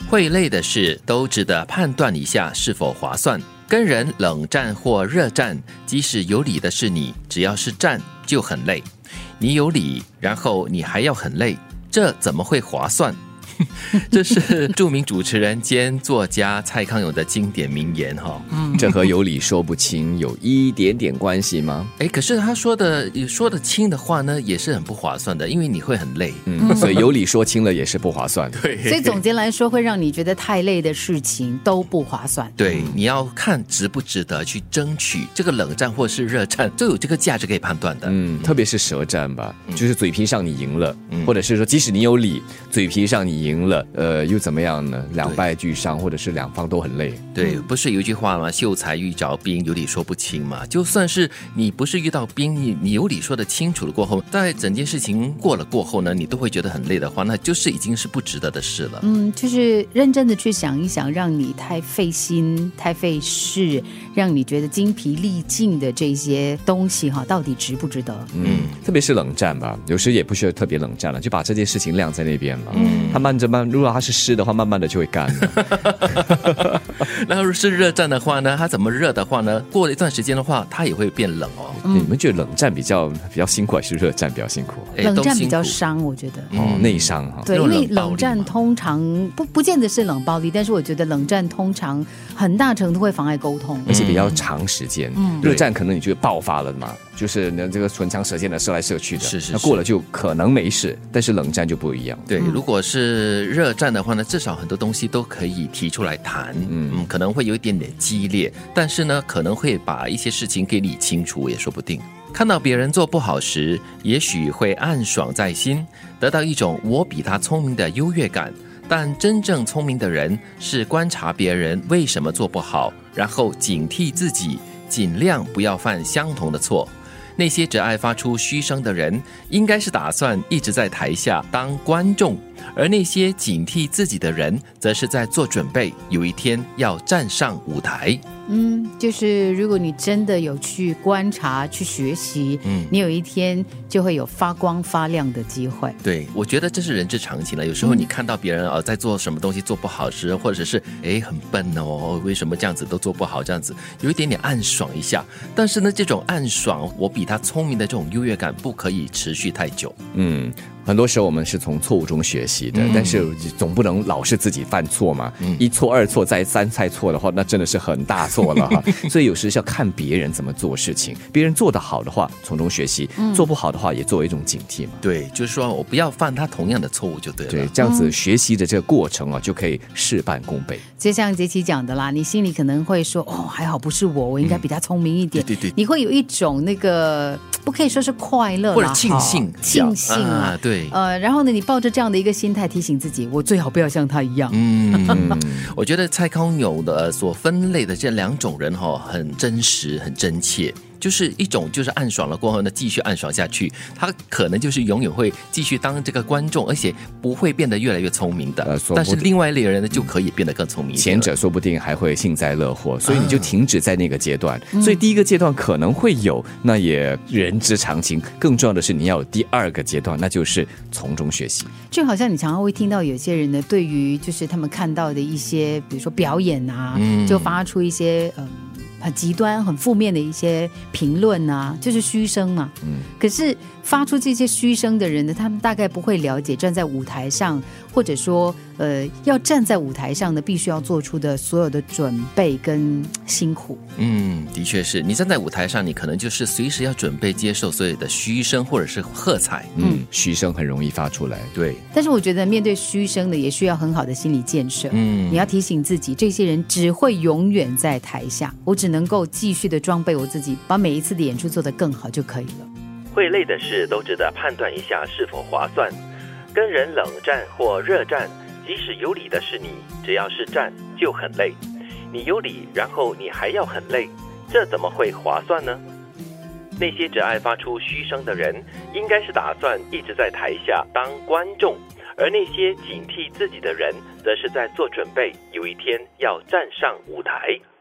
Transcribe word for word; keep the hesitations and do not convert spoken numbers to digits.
会累的事都值得判断一下是否划算。跟人冷战或热战，即使有理的是你，只要是战就很累。你有理，然后你还要很累，这怎么会划算？这是著名主持人兼作家蔡康永的经典名言哈。 嗯，这和有理说不清有一点点关系吗？ 哎，可是他说的说得清的话呢，也是很不划算的，因为你会很累。 嗯，所以有理说清了也是不划算的。 对， 所以总结来说，会让你觉得太累的事情都不划算。 对，你要看值不值得去争取这个冷战或是热战，都有这个价值可以判断的。 嗯，特别是舌战吧，嗯、就是嘴皮上你赢了，嗯、或者是说即使你有理，嘴皮上你赢。赢了，呃，又怎么样呢？两败俱伤，或者是两方都很累。 对，不是有一句话吗？秀才遇着兵，有理说不清嘛。就算是你不是遇到兵，你你有理说得清楚了过后，在整件事情过了过后呢，你都会觉得很累的话，那就是已经是不值得的事了。 嗯，就是认真的去想一想，让你太费心、太费事，让你觉得精疲力尽的这些东西哈，到底值不值得？ 嗯，特别是冷战吧，有时也不需要特别冷战了，就把这件事情晾在那边了。嗯，它慢着慢，如果它是湿的话，慢慢的就会干了。 那如果是热战的话呢？它怎么热的话呢？过了一段时间的话，它也会变冷哦。 嗯、你们觉得冷战比较比较辛苦，还是热战比较辛苦？ 冷战比较伤，我觉得。 哦，内伤哈。 对，因为冷战通常不不见得是冷暴力，但是我觉得冷战通常很大程度会妨碍沟通， 而且比较长时间。嗯，热战可能你就爆发了嘛，就是呢这个唇枪舌剑的射来射去的， 是是是， 那过了就可能没事，但是冷战就不一样。 对，如果是热战的话呢，至少很多东西都可以提出来谈，嗯, 嗯，可能会有一点点激烈，但是呢，可能会把一些事情给理清楚，也说不定。看到别人做不好时，也许会暗爽在心，得到一种我比他聪明的优越感。但真正聪明的人是观察别人为什么做不好，然后警惕自己，尽量不要犯相同的错。那些只爱发出嘘声的人，应该是打算一直在台下当观众，而那些警惕自己的人，则是在做准备，有一天要站上舞台。 嗯，就是如果你真的有去观察、去学习，嗯，你有一天就会有发光发亮的机会。 对，我觉得这是人之常情了。有时候你看到别人呃在做什么东西做不好时，或者是哎很笨哦，为什么这样子都做不好，这样子有一点点暗爽一下。但是呢，这种暗爽，我比他聪明的这种优越感，不可以持续太久。嗯。 很多时候我们是从错误中学习的，嗯、但是总不能老是自己犯错嘛。嗯、一错二错再三再错的话，那真的是很大错了哈。所以有时是要看别人怎么做事情，别人做得好的话从中学习，嗯、做不好的话也作为一种警惕嘛。 对，就是说我不要犯他同样的错误就对了。 对，这样子学习的这个过程啊，就可以事半功倍。 就像杰奇讲的啦，你心里可能会说，哦，还好不是我，我应该比他聪明一点。 嗯、对对对， 你会有一种那个不可以说是快乐啦， 或者庆幸， 庆幸啊， 啊对。 呃，然后呢，你抱着这样的一个心态提醒自己，我最好不要像他一样。 嗯，我觉得蔡康永的所分类的这两种人哈、哦，很真实，很真切。就是一种就是暗爽了过后呢，继续暗爽下去，他可能就是永远会继续当这个观众，而且不会变得越来越聪明的。呃、但是另外一类人呢，就可以变得更聪明一点。 前者说不定还会幸灾乐祸，所以你就停止在那个阶段。啊、所以第一个阶段可能会有，那也人之常情。更重要的是你要有第二个阶段，那就是从中学习。 就好像你常常会听到有些人呢，对于就是他们看到的一些，比如说表演啊，嗯、就发出一些嗯。很极端很负面的一些评论啊，就是嘘声嘛。嗯，可是发出这些嘘声的人呢，他们大概不会了解站在舞台上，或者说呃，要站在舞台上呢，必须要做出的所有的准备跟辛苦。 嗯，的确是你站在舞台上，你可能就是随时要准备接受所有的嘘声或者是喝彩。 嗯，嘘声很容易发出来。 对， 但是我觉得面对嘘声呢，也需要很好的心理建设。嗯，你要提醒自己，这些人只会永远在台下，我只能够继续的装备我自己，把每一次的演出做得更好就可以了。 会累的事都值得判断一下是否划算。跟人冷战或热战，即使有理的是你，只要是战就很累。你有理，然后你还要很累，这怎么会划算呢？那些只爱发出嘘声的人，应该是打算一直在台下当观众，而那些警惕自己的人，则是在做准备，有一天要站上舞台。